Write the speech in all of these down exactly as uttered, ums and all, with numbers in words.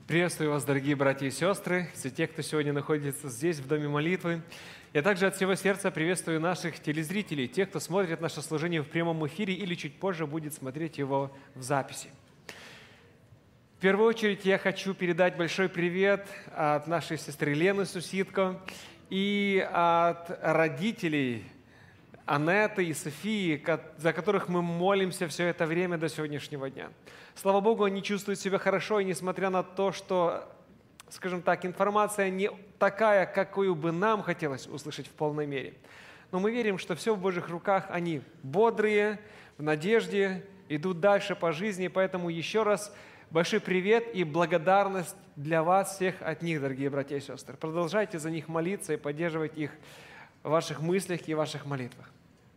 Приветствую вас, дорогие братья и сестры, все те, кто сегодня находится здесь, в Доме молитвы. Я также от всего сердца приветствую наших телезрителей, тех, кто смотрит наше служение в прямом эфире или чуть позже будет смотреть его в записи. В первую очередь я хочу передать большой привет от нашей сестры Лены Сусидко и от родителей Анетты и Софии, за которых мы молимся все это время до сегодняшнего дня. Слава Богу, они чувствуют себя хорошо, и несмотря на то, что, скажем так, информация не такая, какую бы нам хотелось услышать в полной мере. Но мы верим, что все в Божьих руках, они бодрые, в надежде, идут дальше по жизни, поэтому еще раз большой привет и благодарность для вас всех от них, дорогие братья и сестры. Продолжайте за них молиться и поддерживать их в ваших мыслях и в ваших молитвах.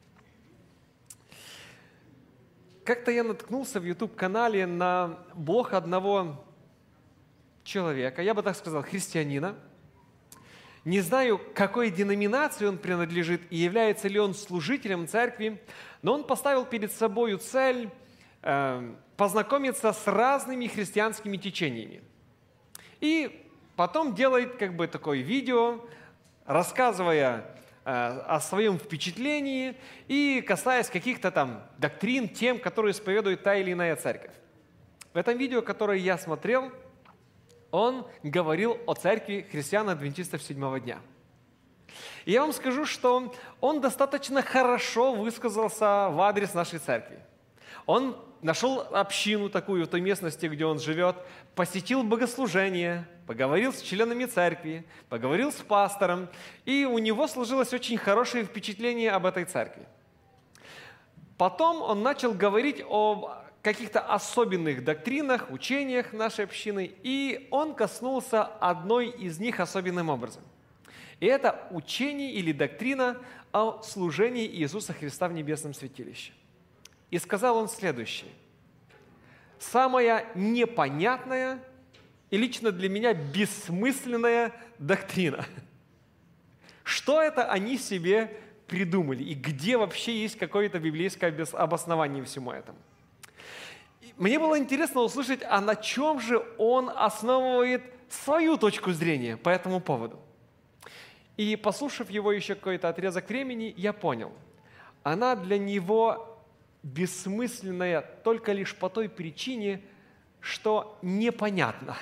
Как-то я наткнулся в ютуб-канале на блог одного человека, я бы так сказал, христианина. Не знаю, к какой деноминации он принадлежит и является ли он служителем церкви, но он поставил перед собой цель э, познакомиться с разными христианскими течениями. И потом делает как бы такое видео, рассказывая о своем впечатлении и касаясь каких-то там доктрин, тем, которые исповедует та или иная церковь. В этом видео, которое я смотрел, он говорил о церкви христиан-адвентистов седьмого дня. И я вам скажу, что он достаточно хорошо высказался в адрес нашей церкви. Он нашел общину такую в той местности, где он живет, посетил богослужение, поговорил с членами церкви, поговорил с пастором, и у него сложилось очень хорошее впечатление об этой церкви. Потом он начал говорить о каких-то особенных доктринах, учениях нашей общины, и он коснулся одной из них особенным образом. И это учение или доктрина о служении Иисуса Христа в небесном святилище. И сказал он следующее. Самая непонятная и лично для меня бессмысленная доктрина. Что это они себе придумали? И где вообще есть какое-то библейское обоснование всему этому? Мне было интересно услышать, а на чем же он основывает свою точку зрения по этому поводу. И послушав его еще какой-то отрезок времени, я понял. Она для него бессмысленная только лишь по той причине, что непонятно.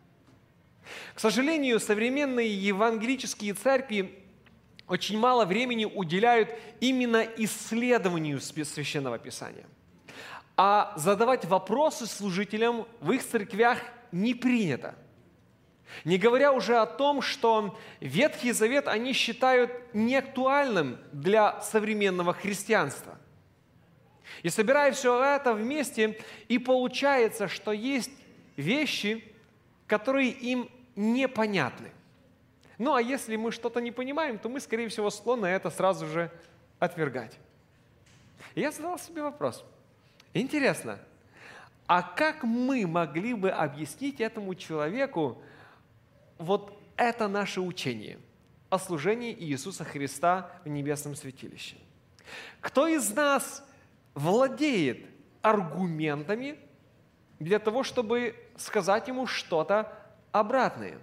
К сожалению, современные евангелические церкви очень мало времени уделяют именно исследованию Священного Писания. А задавать вопросы служителям в их церквях не принято. Не говоря уже о том, что Ветхий Завет они считают неактуальным для современного христианства. И собирая все это вместе, и получается, что есть вещи, которые им непонятны. Ну, а если мы что-то не понимаем, то мы, скорее всего, склонны это сразу же отвергать. И я задал себе вопрос. Интересно, а как мы могли бы объяснить этому человеку вот это наше учение о служении Иисуса Христа в небесном святилище? Кто из нас владеет аргументами для того, чтобы сказать ему что-то обратное?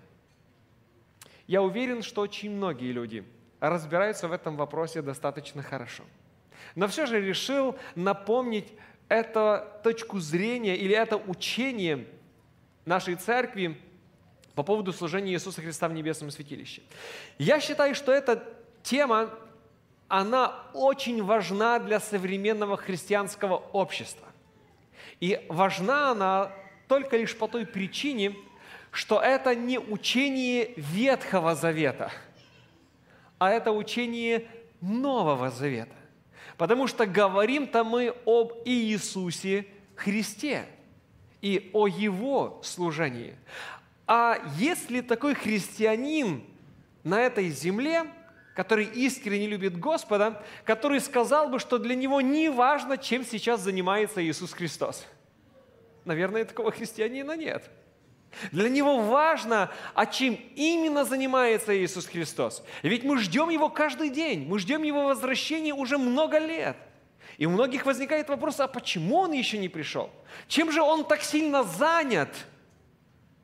Я уверен, что очень многие люди разбираются в этом вопросе достаточно хорошо. Но все же решил напомнить эту точку зрения или это учение нашей церкви по поводу служения Иисуса Христа в небесном святилище. Я считаю, что эта тема она очень важна для современного христианского общества. И важна она только лишь по той причине, что это не учение Ветхого Завета, а это учение Нового Завета. Потому что говорим-то мы об Иисусе Христе и о Его служении. А если такой христианин на этой земле, который искренне любит Господа, который сказал бы, что для него не важно, чем сейчас занимается Иисус Христос. Наверное, такого христианина нет. Для него важно, а чем именно занимается Иисус Христос. Ведь мы ждем Его каждый день, мы ждем Его возвращения уже много лет. И у многих возникает вопрос, а почему Он еще не пришел? Чем же Он так сильно занят?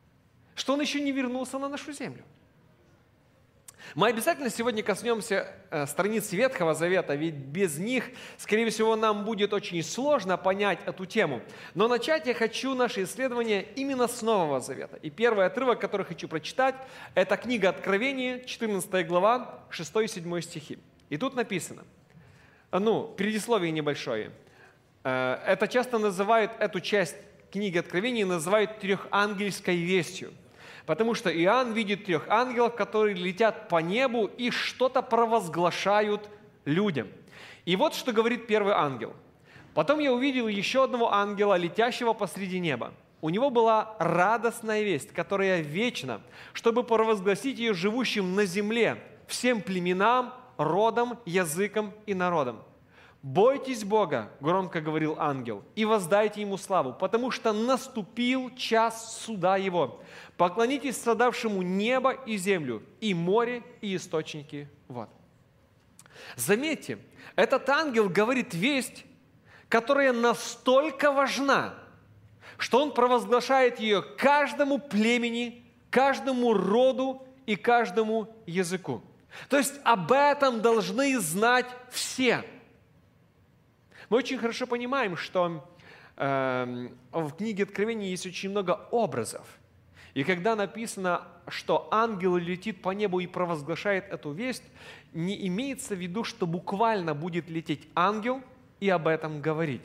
что Он еще не вернулся на нашу землю. Мы обязательно сегодня коснемся э, страниц Ветхого Завета, ведь без них, скорее всего, нам будет очень сложно понять эту тему. Но начать я хочу наше исследование именно с Нового Завета. И первый отрывок, который хочу прочитать, это книга Откровения, четырнадцатая глава, шестой и седьмой стихи. И тут написано, ну, предисловие небольшое. Э, это часто называют, эту часть книги Откровения называют трехангельской вестью. Потому что Иоанн видит трех ангелов, которые летят по небу и что-то провозглашают людям. И вот что говорит первый ангел. «Потом я увидел еще одного ангела, летящего посреди неба. У него была радостная весть, которая вечна, чтобы провозгласить ее живущим на земле, всем племенам, родам, языкам и народам. «Бойтесь Бога», — громко говорил ангел, — «и воздайте Ему славу, потому что наступил час суда Его. Поклонитесь создавшему небо и землю, и море, и источники вод». Заметьте, этот ангел говорит весть, которая настолько важна, что он провозглашает ее каждому племени, каждому роду и каждому языку. То есть об этом должны знать все. Мы очень хорошо понимаем, что э, в книге Откровения есть очень много образов. И когда написано, что ангел летит по небу и провозглашает эту весть, не имеется в виду, что буквально будет лететь ангел и об этом говорить.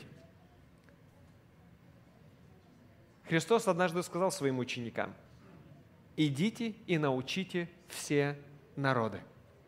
Христос однажды сказал своим ученикам: «Идите и научите все народы».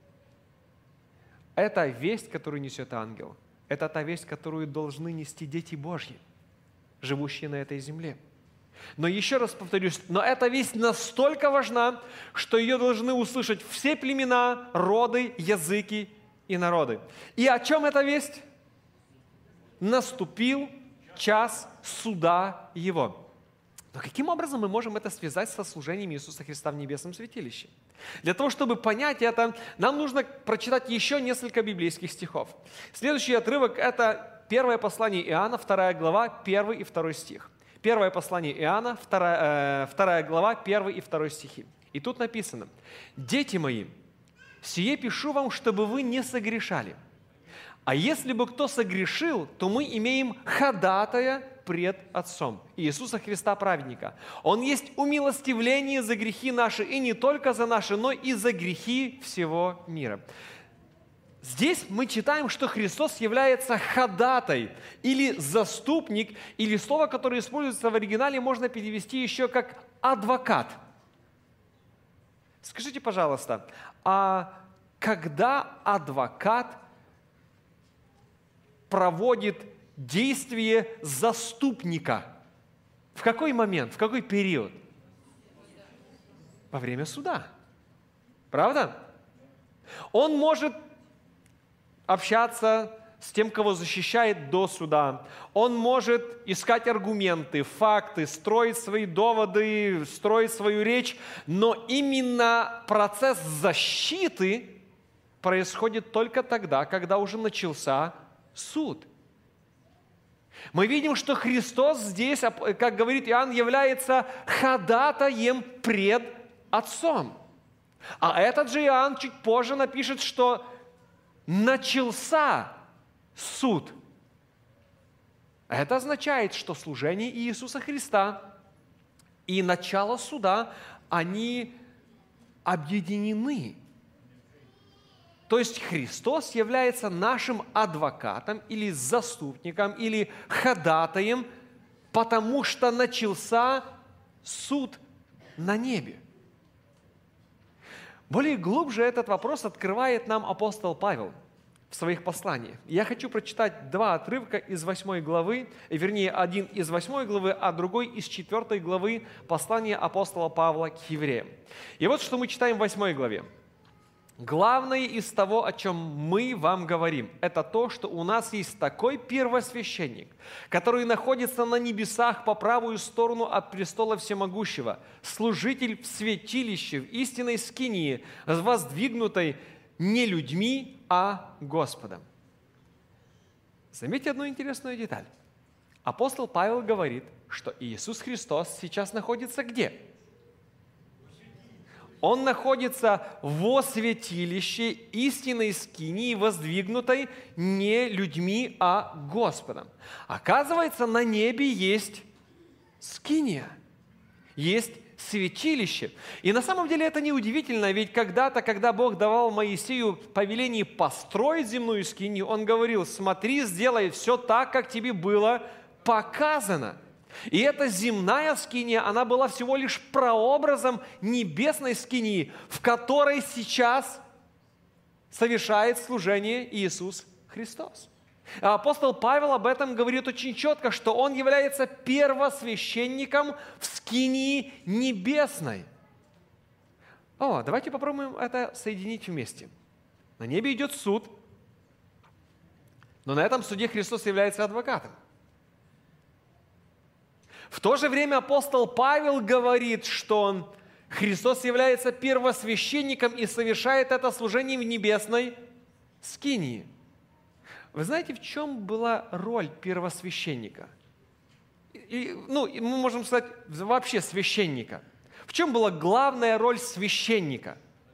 Это весть, которую несет ангел. Это та весть, которую должны нести дети Божьи, живущие на этой земле. Но еще раз повторюсь, но эта весть настолько важна, что ее должны услышать все племена, роды, языки и народы. И о чем эта весть? Наступил час суда Его. Но каким образом мы можем это связать со служением Иисуса Христа в небесном святилище? Для того, чтобы понять это, нам нужно прочитать еще несколько библейских стихов. Следующий отрывок – это первое послание Иоанна, вторая глава, первый и второй стих. Первое послание Иоанна, вторая, э, вторая глава, первый и второй стихи. И тут написано: «Дети мои, сие пишу вам, чтобы вы не согрешали. А если бы кто согрешил, то мы имеем ходатая пред Отцом, Иисуса Христа праведника. Он есть умилостивление за грехи наши, и не только за наши, но и за грехи всего мира». Здесь мы читаем, что Христос является ходатай или заступник, или слово, которое используется в оригинале, можно перевести еще как адвокат. Скажите, пожалуйста, а когда адвокат проводит действие заступника? В какой момент, в какой период? Во время суда. Правда? Он может общаться с тем, кого защищает до суда. Он может искать аргументы, факты, строить свои доводы, строить свою речь, но именно процесс защиты происходит только тогда, когда уже начался суд. Мы видим, что Христос здесь, как говорит Иоанн, является ходатаем пред Отцом. А этот же Иоанн чуть позже напишет, что начался суд. Это означает, что служение Иисуса Христа и начало суда, они объединены. То есть Христос является нашим адвокатом или заступником, или ходатаем, потому что начался суд на небе. Более глубже этот вопрос открывает нам апостол Павел в своих посланиях. Я хочу прочитать два отрывка из восьмой главы, вернее, один из восьмой главы, а другой из четвертой главы послания апостола Павла к евреям. И вот что мы читаем в восьмой главе. «Главное из того, о чем мы вам говорим, это то, что у нас есть такой первосвященник, который находится на небесах по правую сторону от престола Всемогущего, служитель в святилище, в истинной скинии, воздвигнутой не людьми, а Господом». Заметьте одну интересную деталь. Апостол Павел говорит, что Иисус Христос сейчас находится где? Он находится во святилище истинной скинии, воздвигнутой не людьми, а Господом. Оказывается, на небе есть скиния, есть святилище. И на самом деле это неудивительно, ведь когда-то, когда Бог давал Моисею повеление построить земную скинию, Он говорил: смотри, сделай все так, как тебе было показано. И эта земная скиния, она была всего лишь прообразом небесной скинии, в которой сейчас совершает служение Иисус Христос. Апостол Павел об этом говорит очень четко, что он является первосвященником в скинии небесной. О, давайте попробуем это соединить вместе. На небе идет суд, но на этом суде Христос является адвокатом. В то же время апостол Павел говорит, что он, Христос является первосвященником и совершает это служение в небесной скинии. Вы знаете, в чем была роль первосвященника? И, ну, мы можем сказать, вообще священника. В чем была главная роль священника?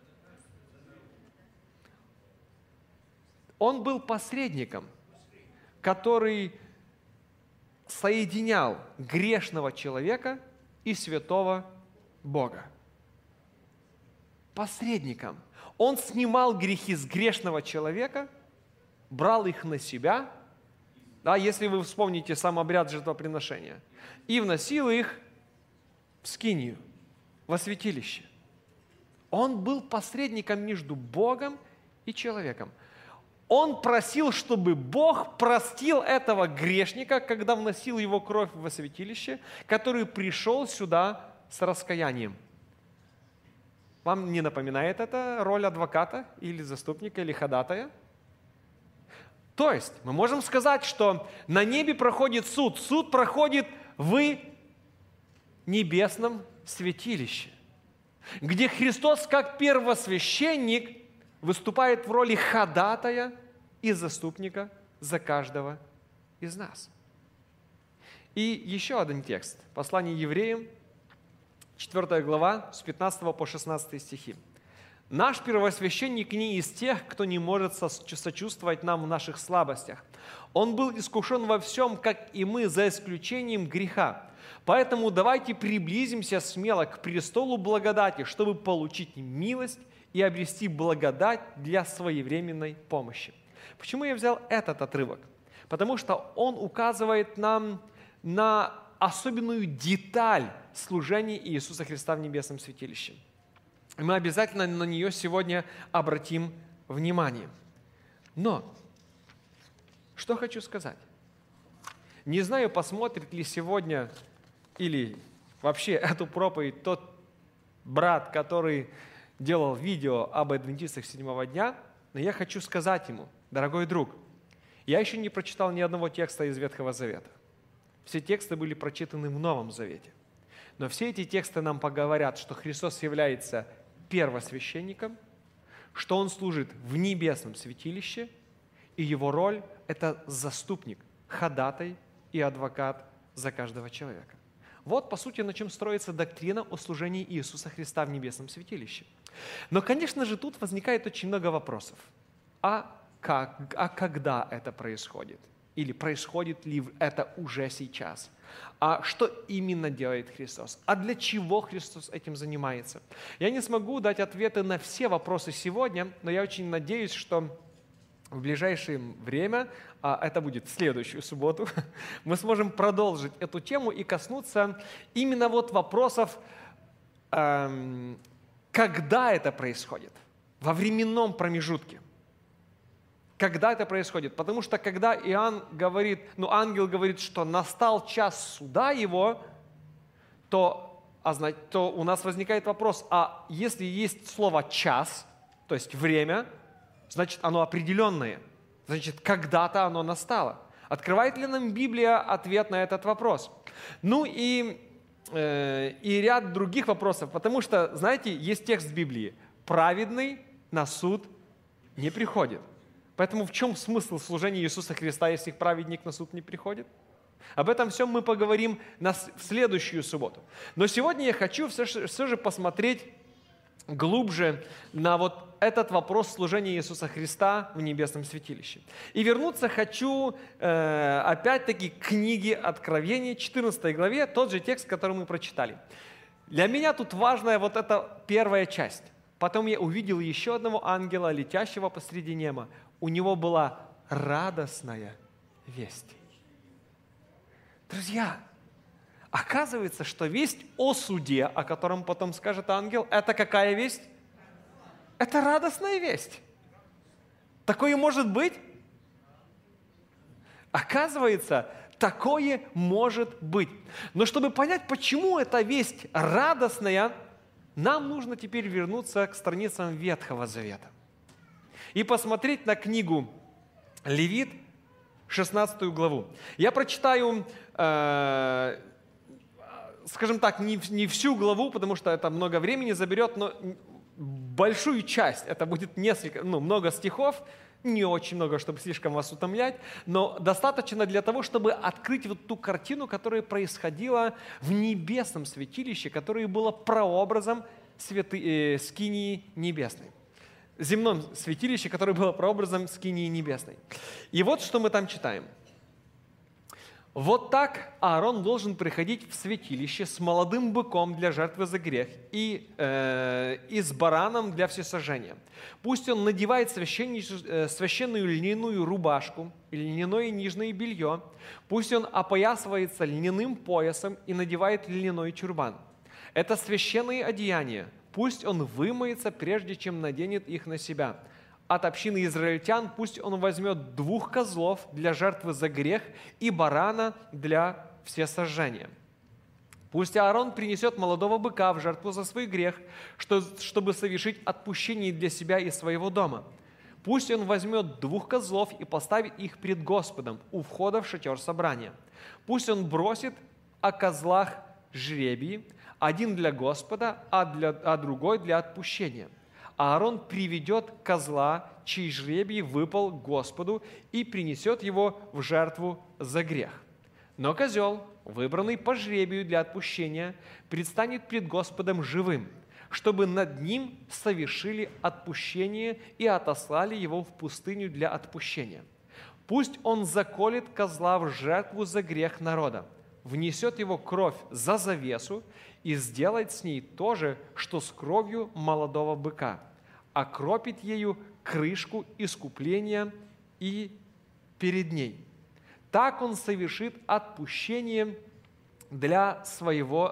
Он был посредником, который соединял грешного человека и святого Бога. Посредником. Он снимал грехи с грешного человека, брал их на себя, да, если вы вспомните сам обряд жертвоприношения, и вносил их в скинию, во святилище. Он был посредником между Богом и человеком. Он просил, чтобы Бог простил этого грешника, когда вносил его кровь во святилище, который пришел сюда с раскаянием. Вам не напоминает это роль адвоката или заступника или ходатая? То есть мы можем сказать, что на небе проходит суд. Суд проходит в небесном святилище, где Христос как первосвященник выступает в роли ходатая и заступника за каждого из нас. И еще один текст. Послание Евреям, четвёртая глава, с пятнадцатого по шестнадцатый стихи. «Наш первосвященник не из тех, кто не может сочувствовать нам в наших слабостях. Он был искушен во всем, как и мы, за исключением греха. Поэтому давайте приблизимся смело к престолу благодати, чтобы получить милость и обрести благодать для своевременной помощи». Почему я взял этот отрывок? Потому что он указывает нам на особенную деталь служения Иисуса Христа в небесном святилище. И мы обязательно на нее сегодня обратим внимание. Но, что хочу сказать. Не знаю, посмотрит ли сегодня или вообще эту проповедь тот брат, который делал видео об адвентистах седьмого дня, но я хочу сказать ему: дорогой друг, я еще не прочитал ни одного текста из Ветхого Завета. Все тексты были прочитаны в Новом Завете. Но все эти тексты нам поговорят, что Христос является первосвященником, что Он служит в небесном святилище, и Его роль – это заступник, ходатай и адвокат за каждого человека. Вот, по сути, на чем строится доктрина о служении Иисуса Христа в небесном святилище. Но, конечно же, тут возникает очень много вопросов. А как, а когда это происходит? Или происходит ли это уже сейчас? А что именно делает Христос? А для чего Христос этим занимается? Я не смогу дать ответы на все вопросы сегодня, но я очень надеюсь, что в ближайшее время, а это будет в следующую субботу, мы сможем продолжить эту тему и коснуться именно вот вопросов, эм, когда это происходит, во временном промежутке. Когда это происходит? Потому что когда Иоанн говорит, ну, ангел говорит, что настал час суда его, то, а, то у нас возникает вопрос, а если есть слово «час», то есть время, значит, оно определенное. Значит, когда-то оно настало. Открывает ли нам Библия ответ на этот вопрос? Ну и, э, и ряд других вопросов, потому что, знаете, есть текст Библии: «Праведный на суд не приходит». Поэтому в чем смысл служения Иисуса Христа, если праведник на суд не приходит? Об этом всем мы поговорим на, в следующую субботу. Но сегодня я хочу все, все же посмотреть глубже на вот этот вопрос служения Иисуса Христа в небесном святилище. И вернуться хочу э, опять-таки к книге Откровения, четырнадцатой главе, тот же текст, который мы прочитали. Для меня тут важная вот эта первая часть. Потом я увидел еще одного ангела, летящего посреди неба. У него была радостная весть. Друзья, оказывается, что весть о суде, о котором потом скажет ангел, это какая весть? Это радостная весть. Такое может быть? Оказывается, такое может быть. Но чтобы понять, почему эта весть радостная, нам нужно теперь вернуться к страницам Ветхого Завета и посмотреть на книгу Левит, шестнадцатую главу. Я прочитаю, э, скажем так, не, не всю главу, потому что это много времени заберет, но большую часть. Это будет несколько, ну, много стихов, не очень много, чтобы слишком вас утомлять, но достаточно для того, чтобы открыть вот ту картину, которая происходила в небесном святилище, которое было прообразом святы, э, скинии небесной. Земном святилище, которое было прообразом скинии небесной. И вот что мы там читаем. «Вот так Аарон должен приходить в святилище с молодым быком для жертвы за грех и, э, и с бараном для всесожжения. Пусть он надевает священную льняную рубашку и льняное нижнее белье. Пусть он опоясывается льняным поясом и надевает льняной чурбан. Это священные одеяния. Пусть он вымоется, прежде чем наденет их на себя. От общины израильтян пусть он возьмет двух козлов для жертвы за грех и барана для всесожжения. Пусть Аарон принесет молодого быка в жертву за свой грех, чтобы совершить отпущение для себя и своего дома. Пусть он возьмет двух козлов и поставит их пред Господом у входа в шатер собрания. Пусть он бросит о козлах жребии, один для Господа, а, для, а другой для отпущения. Аарон приведет козла, чей жребий выпал Господу, и принесет его в жертву за грех. Но козел, выбранный по жребию для отпущения, предстанет пред Господом живым, чтобы над ним совершили отпущение и отослали его в пустыню для отпущения. Пусть он заколет козла в жертву за грех народа, внесет его кровь за завесу и сделает с ней то же, что с кровью молодого быка, окропит ею крышку искупления и перед ней. Так он совершит отпущение для своего,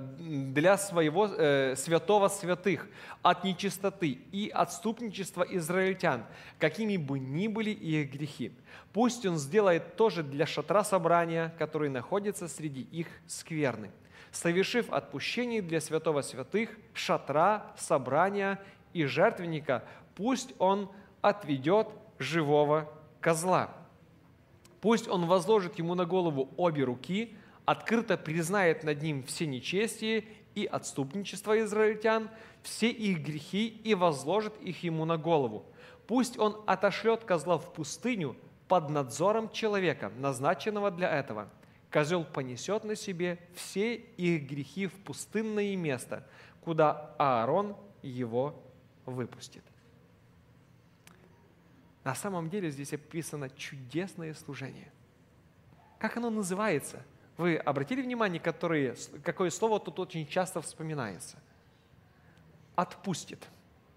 для своего святого святых от нечистоты и отступничества израильтян, какими бы ни были их грехи. Пусть он сделает то же для шатра собрания, который находится среди их скверны, совершив отпущение для святого святых, шатра, собрания и жертвенника, пусть он отведет живого козла. Пусть он возложит ему на голову обе руки, открыто признает над ним все нечестие и отступничество израильтян, все их грехи и возложит их ему на голову. Пусть он отошлет козла в пустыню под надзором человека, назначенного для этого. Козел понесет на себе все их грехи в пустынное место, куда Аарон его выпустит». На самом деле здесь описано чудесное служение. Как оно называется? Вы обратили внимание, которые, какое слово тут очень часто вспоминается? «Отпустит».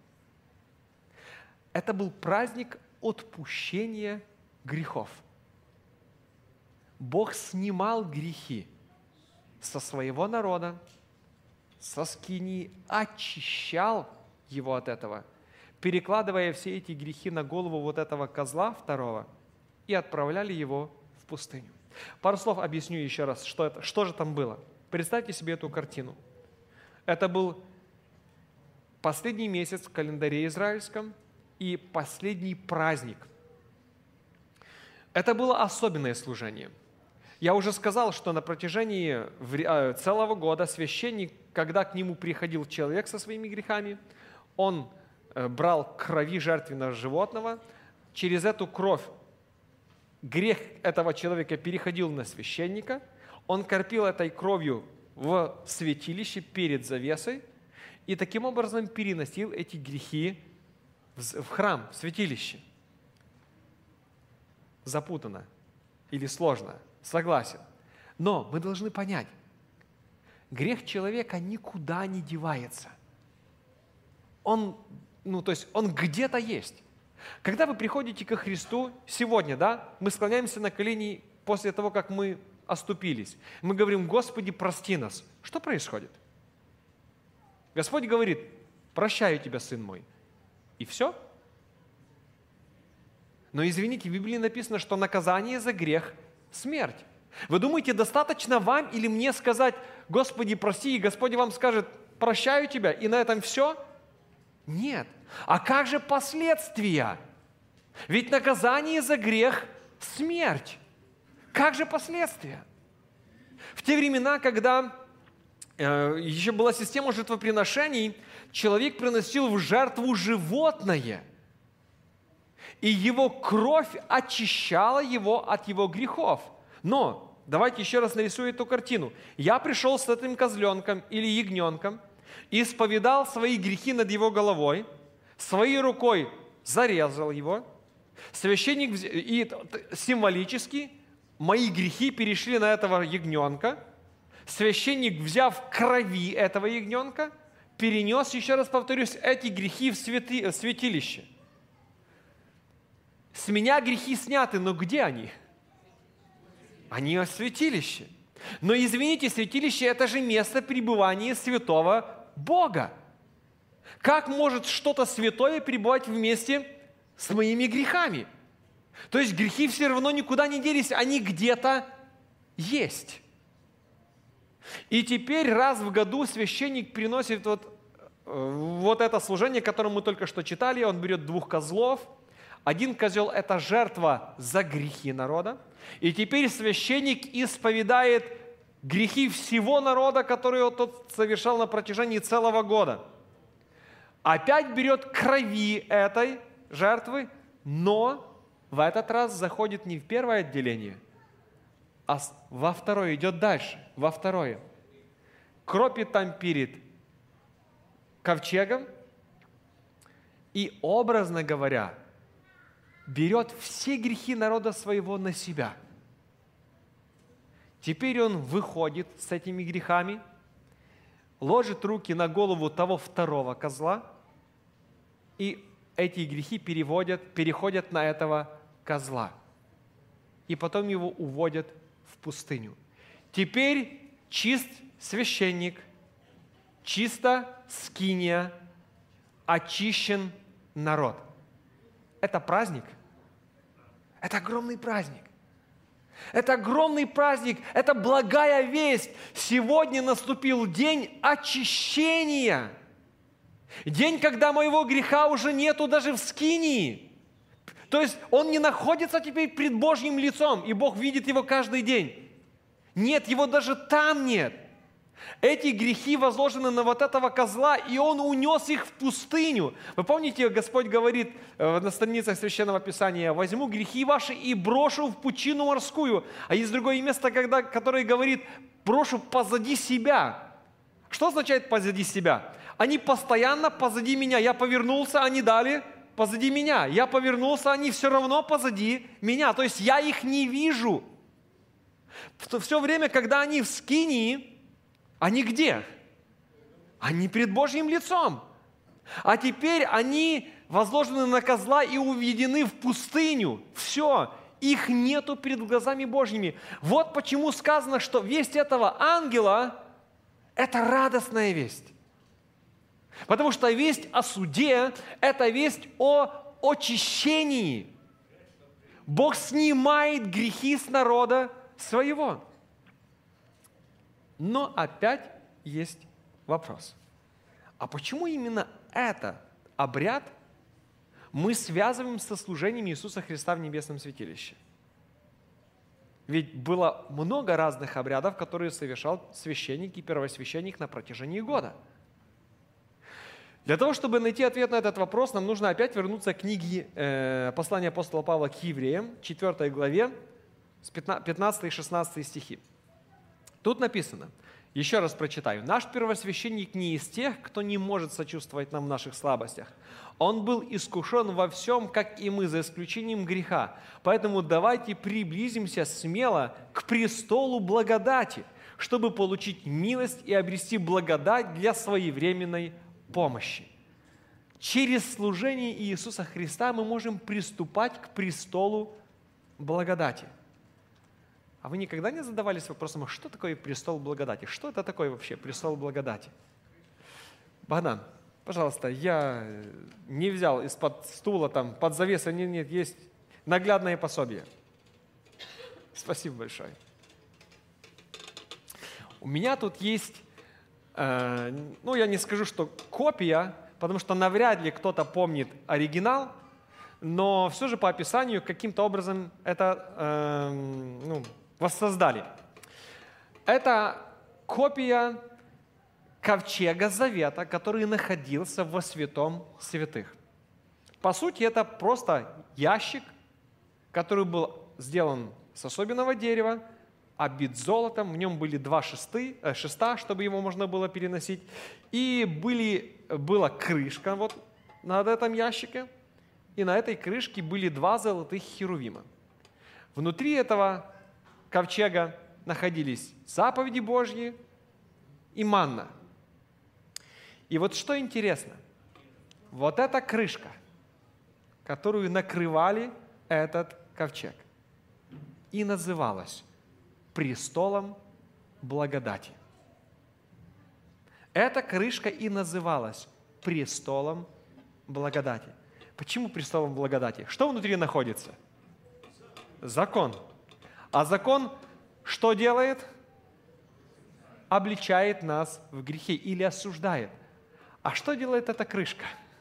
Это был праздник отпущения грехов. Бог снимал грехи со своего народа, со скинии, очищал его от этого, перекладывая все эти грехи на голову вот этого козла второго, и отправляли его в пустыню. Пару слов объясню еще раз, что это, что же там было. Представьте себе эту картину. Это был последний месяц в календаре израильском и последний праздник. Это было особенное служение. Я уже сказал, что на протяжении целого года священник, когда к нему приходил человек со своими грехами, он брал крови жертвенного животного, через эту кровь грех этого человека переходил на священника, он корпил этой кровью в святилище перед завесой, и таким образом переносил эти грехи в храм, в святилище. Запутанно или сложно, согласен. Но мы должны понять, грех человека никуда не девается. Он, ну, то есть он где-то есть. Когда вы приходите ко Христу сегодня, да, мы склоняемся на колени после того, как мы оступились. Мы говорим: Господи, прости нас. Что происходит? Господь говорит: прощаю тебя, сын мой. И все? Но извините, в Библии написано, что наказание за грех – смерть. Вы думаете, достаточно вам или мне сказать: Господи, прости, и Господь вам скажет: прощаю тебя, и на этом все? Нет. А как же последствия? Ведь наказание за грех – смерть. Как же последствия? В те времена, когда э, еще была система жертвоприношений, человек приносил в жертву животное, и его кровь очищала его от его грехов. Но давайте еще раз нарисую эту картину. Я пришел с этим козленком или ягненком, исповедал свои грехи над его головой, своей рукой зарезал его. Священник, и символически мои грехи перешли на этого ягненка. Священник, взяв крови этого ягненка, перенес, еще раз повторюсь, эти грехи в, святи, в святилище. С меня грехи сняты, но где они? Они в святилище. Но извините, святилище – это же место пребывания святого Бога. Как может что-то святое пребывать вместе с моими грехами? То есть грехи все равно никуда не делись, они где-то есть. И теперь раз в году священник приносит вот, вот это служение, которое мы только что читали. Он берет двух козлов. Один козел – это жертва за грехи народа. И теперь священник исповедает грехи всего народа, которые тот совершал на протяжении целого года. Опять берет крови этой жертвы, но в этот раз заходит не в первое отделение, а во второе, идет дальше, во второе. Кропит там перед ковчегом и, образно говоря, берет все грехи народа своего на себя. Теперь он выходит с этими грехами, ложит руки на голову того второго козла, и эти грехи переводят, переходят на этого козла. И потом его уводят в пустыню. Теперь чист священник, чисто скиния, очищен народ. Это праздник. Это огромный праздник. Это огромный праздник. Это благая весть. Сегодня наступил день очищения. День, когда моего греха уже нету даже в скинии. То есть он не находится теперь пред Божьим лицом, и Бог видит его каждый день. Нет, его даже там нет. Эти грехи возложены на вот этого козла, и он унес их в пустыню. Вы помните, Господь говорит на страницах Священного Писания: «Возьму грехи ваши и брошу в пучину морскую». А есть другое место, когда, которое говорит: «Брошу позади себя». Что означает «позади себя»? Они постоянно позади меня. Я повернулся, они дали позади меня. Я повернулся, они все равно позади меня. То есть я их не вижу. Все время, когда они в скинии, они где? Они пред Божьим лицом. А теперь они возложены на козла и уведены в пустыню. Все, их нету перед глазами Божьими. Вот почему сказано, что весть этого ангела – это радостная весть. Потому что весть о суде – это весть о очищении. Бог снимает грехи с народа своего. Но опять есть вопрос. А почему именно этот обряд мы связываем со служением Иисуса Христа в небесном святилище? Ведь было много разных обрядов, которые совершал священник и первосвященник на протяжении года. Для того, чтобы найти ответ на этот вопрос, нам нужно опять вернуться к книге э, послания апостола Павла к евреям, четвёртой главе, с пятнадцатого и шестнадцатого стихи. Тут написано: Еще раз прочитаю. «Наш первосвященник не из тех, кто не может сочувствовать нам в наших слабостях. Он был искушен во всем, как и мы, за исключением греха. Поэтому давайте приблизимся смело к престолу благодати, чтобы получить милость и обрести благодать для своевременной помощи». Через служение Иисуса Христа мы можем приступать к престолу благодати. А вы никогда не задавались вопросом, а что такое престол благодати? Что это такое вообще престол благодати? Богдан, пожалуйста, я не взял из-под стула, там, под завесой, нет, нет, есть наглядное пособие. Спасибо большое. У меня тут есть, э, ну, я не скажу, что копия, потому что навряд ли кто-то помнит оригинал, но все же по описанию каким-то образом это э, ну, воссоздали. Это копия ковчега Завета, который находился во святом святых. По сути, это просто ящик, который был сделан с особенного дерева, обит золотом, в нем были два шесты, э, шеста, чтобы его можно было переносить, и были, была крышка вот над этом ящике, и на этой крышке были два золотых херувима. Внутри этого ковчега находились заповеди Божьи и манна. И вот что интересно, вот эта крышка, которую накрывали этот ковчег, и называлась престолом благодати. Эта крышка и называлась престолом благодати. Почему престолом благодати? Что внутри находится? Закон. А закон что делает? Обличает нас в грехе или осуждает. А что делает эта крышка?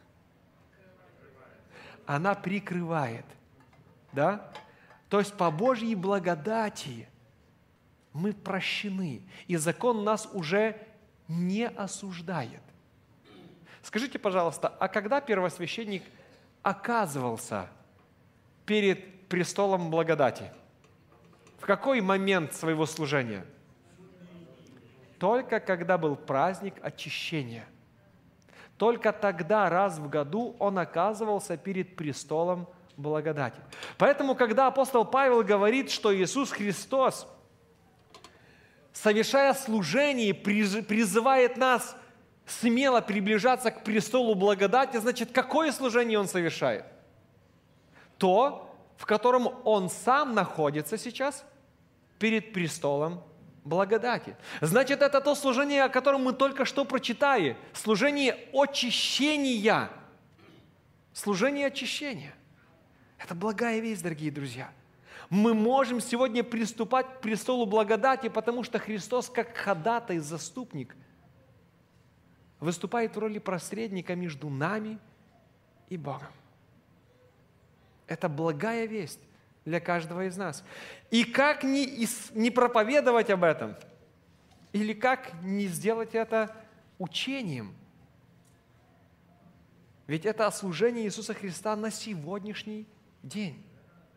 Она прикрывает. Да? То есть по Божьей благодати мы прощены, и закон нас уже не осуждает. Скажите, пожалуйста, а когда первосвященник оказывался перед престолом благодати? В какой момент своего служения? Только когда был праздник очищения. Только тогда раз в году он оказывался перед престолом благодати. Поэтому, когда апостол Павел говорит, что Иисус Христос, совершая служение, призывает нас смело приближаться к престолу благодати, значит, какое служение Он совершает? То, в котором Он сам находится сейчас перед престолом благодати. Значит, это то служение, о котором мы только что прочитали. Служение очищения. Служение очищения. Это благая весть, дорогие друзья. Мы можем сегодня приступать к престолу благодати, потому что Христос, как ходатай, заступник, выступает в роли посредника между нами и Богом. Это благая весть для каждого из нас. И как не, не проповедовать об этом? Или как не сделать это учением? Ведь это служение Иисуса Христа на сегодняшний день.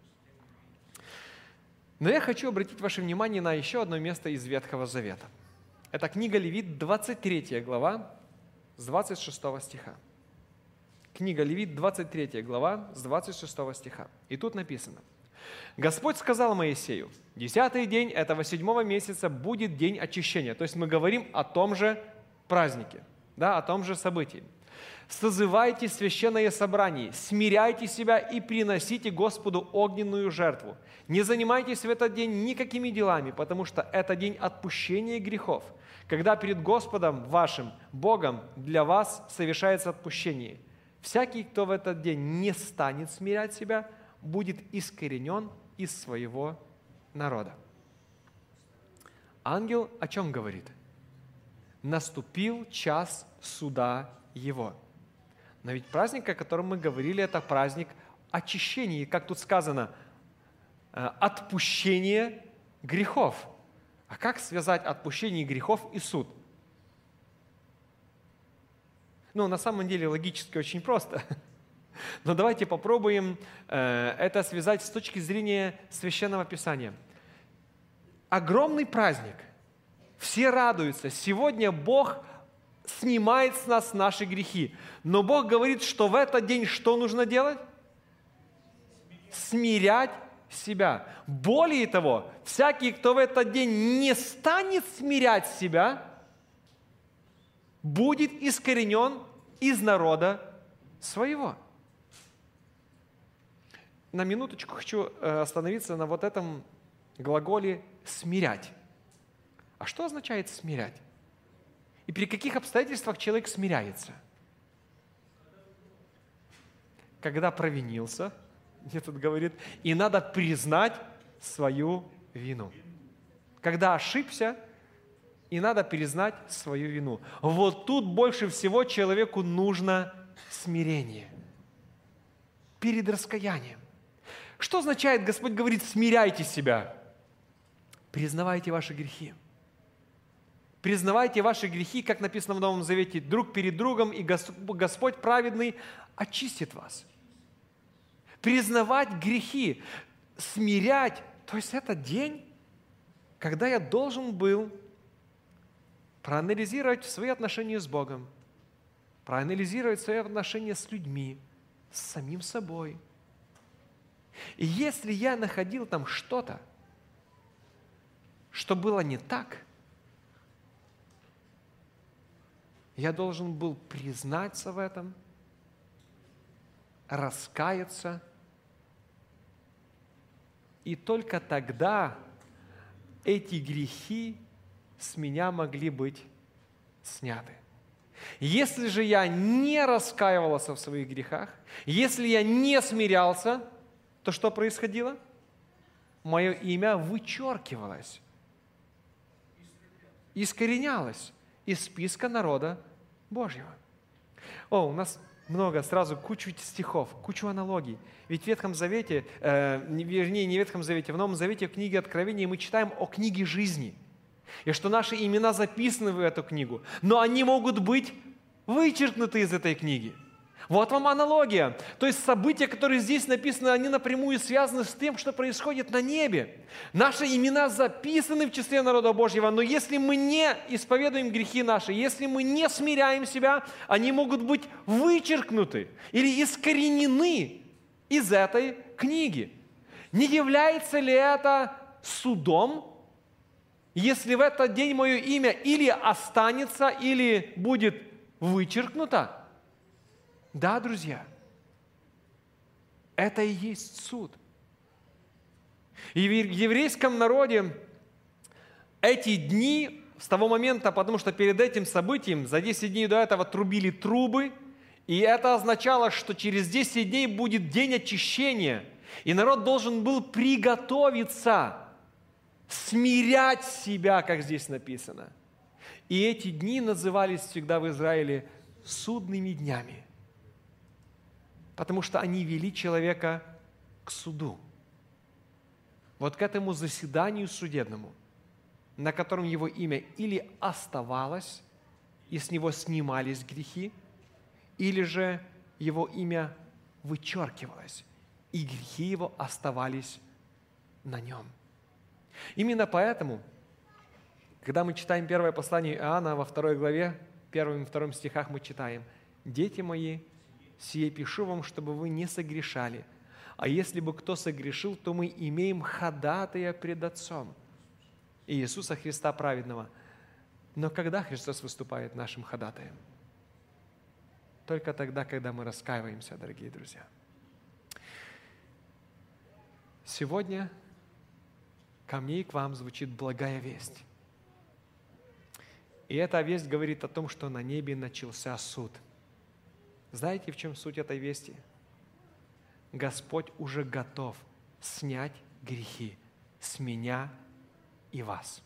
Но я хочу обратить ваше внимание на еще одно место из Ветхого Завета. Это книга Левит, двадцать третья глава, с двадцать шестого стиха. Книга Левит, двадцать третья глава, с двадцать шестого стиха. И тут написано: «Господь сказал Моисею: десятый день этого седьмого месяца будет день очищения». То есть мы говорим о том же празднике, да, о том же событии. «Созывайте священное собрание, смиряйте себя и приносите Господу огненную жертву. Не занимайтесь в этот день никакими делами, потому что это день отпущения грехов, когда перед Господом вашим Богом для вас совершается отпущение. Всякий, кто в этот день не станет смирять себя, будет искоренен из своего народа». Ангел о чем говорит? Наступил час суда его. Но ведь праздник, о котором мы говорили, это праздник очищения. И как тут сказано, отпущение грехов. А как связать отпущение грехов и суд? Ну, на самом деле, логически очень просто. Но давайте попробуем это связать с точки зрения Священного Писания. Огромный праздник, все радуются. Сегодня Бог снимает с нас наши грехи. Но Бог говорит, что в этот день что нужно делать? Смирять себя. Более того, всякий, кто в этот день не станет смирять себя, будет искоренен из народа своего. На минуточку хочу остановиться на вот этом глаголе «смирять». А что означает «смирять»? И при каких обстоятельствах человек смиряется? Когда провинился, мне тут говорит, и надо признать свою вину. Когда ошибся, и надо признать свою вину. Вот тут больше всего человеку нужно смирение перед раскаянием. Что означает, Господь говорит, смиряйте себя? Признавайте ваши грехи. Признавайте ваши грехи, как написано в Новом Завете, друг перед другом, и Господь праведный очистит вас. Признавать грехи, смирять, то есть это день, когда я должен был проанализировать свои отношения с Богом, проанализировать свои отношения с людьми, с самим собой. И если я находил там что-то, что было не так, я должен был признаться в этом, раскаяться, и только тогда эти грехи с меня могли быть сняты. Если же я не раскаивался в своих грехах, если я не смирялся, то что происходило? Мое имя вычеркивалось, искоренялось из списка народа Божьего. О, у нас много, сразу кучу стихов, кучу аналогий. Ведь в Ветхом Завете, э, вернее, не в Ветхом Завете, в Новом Завете, в книге Откровения мы читаем о книге жизни. И что наши имена записаны в эту книгу, но они могут быть вычеркнуты из этой книги. Вот вам аналогия. То есть события, которые здесь написаны, они напрямую связаны с тем, что происходит на небе. Наши имена записаны в числе народа Божьего, но если мы не исповедуем грехи наши, если мы не смиряем себя, они могут быть вычеркнуты или искоренены из этой книги. Не является ли это судом, если в этот день мое имя или останется, или будет вычеркнуто? Да, друзья, это и есть суд. И в еврейском народе эти дни, с того момента, потому что перед этим событием, за десять дней до этого трубили трубы, и это означало, что через десять дней будет день очищения, и народ должен был приготовиться, смирять себя, как здесь написано. И эти дни назывались всегда в Израиле судными днями, потому что они вели человека к суду. Вот к этому заседанию судебному, на котором его имя или оставалось, и с него снимались грехи, или же его имя вычеркивалось, и грехи его оставались на нем. Именно поэтому, когда мы читаем первое послание Иоанна во второй главе, первым и вторым стихах мы читаем: «Дети мои, сие пишу вам, чтобы вы не согрешали. А если бы кто согрешил, то мы имеем ходатая пред Отцом, Иисуса Христа праведного». Но когда Христос выступает нашим ходатаем? Только тогда, когда мы раскаиваемся, дорогие друзья. Сегодня ко мне и к вам звучит благая весть. И эта весть говорит о том, что на небе начался суд. Знаете, в чем суть этой вести? Господь уже готов снять грехи с меня и вас.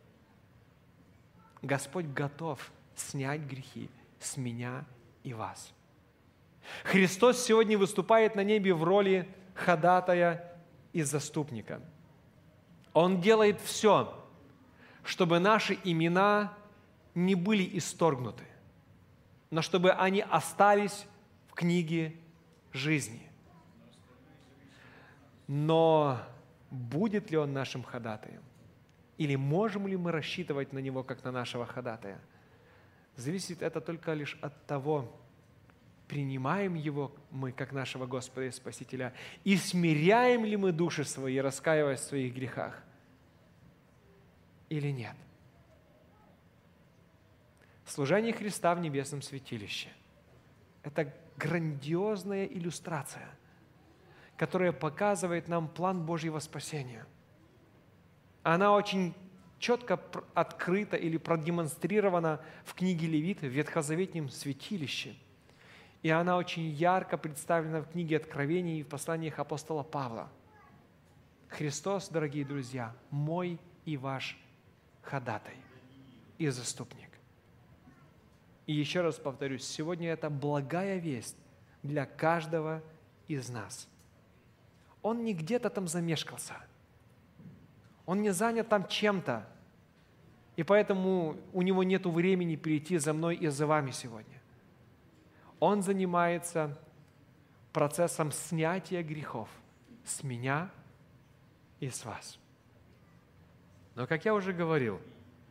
Господь готов снять грехи с меня и вас. Христос сегодня выступает на небе в роли ходатая и заступника. Он делает все, чтобы наши имена не были исторгнуты, но чтобы они остались в книге жизни. Но будет ли Он нашим ходатаем? Или можем ли мы рассчитывать на Него, как на нашего ходатая? Зависит это только лишь от того, принимаем Его мы, как нашего Господа и Спасителя, и смиряем ли мы души свои, раскаиваясь в своих грехах, или нет. Служение Христа в небесном святилище – это грандиозная иллюстрация, которая показывает нам план Божьего спасения. Она очень четко открыта или продемонстрирована в книге Левит, в Ветхозаветнем святилище. И она очень ярко представлена в книге Откровений и в посланиях апостола Павла. Христос, дорогие друзья, мой и ваш ходатай и заступник. И еще раз повторюсь, сегодня это благая весть для каждого из нас. Он не где-то там замешкался. Он не занят там чем-то. И поэтому у него нет времени прийти за мной и за вами сегодня. Он занимается процессом снятия грехов с меня и с вас. Но, как я уже говорил,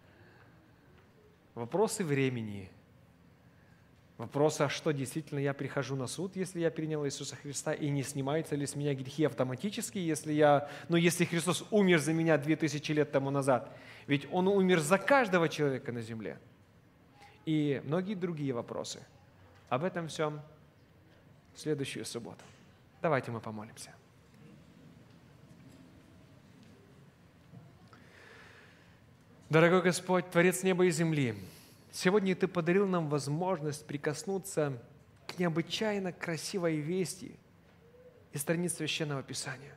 вопросы времени, вопросы, а что действительно я прихожу на суд, если я принял Иисуса Христа, и не снимаются ли с меня грехи автоматически, если я, ну, если Христос умер за меня две тысячи лет тому назад, ведь Он умер за каждого человека на земле. И многие другие вопросы. Об этом всем в следующую субботу. Давайте мы помолимся. Дорогой Господь, Творец неба и земли, сегодня Ты подарил нам возможность прикоснуться к необычайно красивой вести из страниц Священного Писания.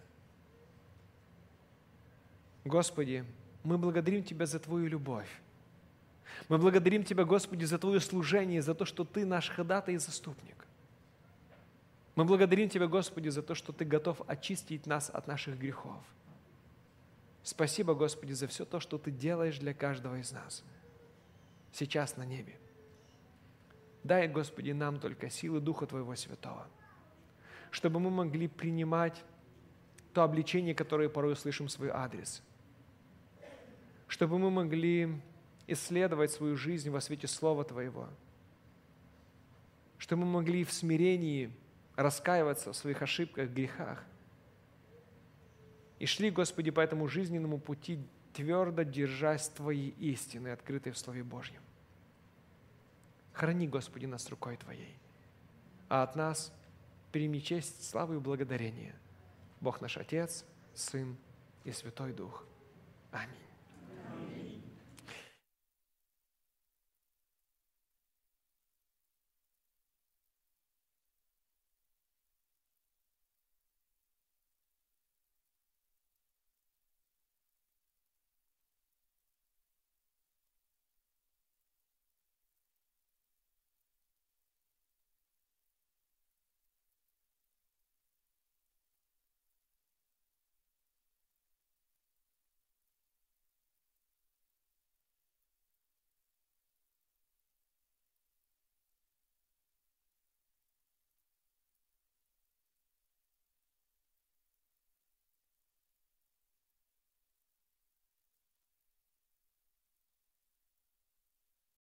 Господи, мы благодарим Тебя за Твою любовь. Мы благодарим Тебя, Господи, за Твое служение, за то, что Ты наш ходатай и заступник. Мы благодарим Тебя, Господи, за то, что Ты готов очистить нас от наших грехов. Спасибо, Господи, за все то, что Ты делаешь для каждого из нас сейчас на небе. Дай, Господи, нам только силы Духа Твоего Святого, чтобы мы могли принимать то обличение, которое порой слышим в свой адрес, чтобы мы могли исследовать свою жизнь во свете Слова Твоего, чтобы мы могли в смирении раскаиваться в своих ошибках, грехах, и шли, Господи, по этому жизненному пути, твердо держась Твоей истины, открытой в Слове Божьем. Храни, Господи, нас рукой Твоей, а от нас прими честь, славу и благодарение. Бог наш Отец, Сын и Святой Дух. Аминь.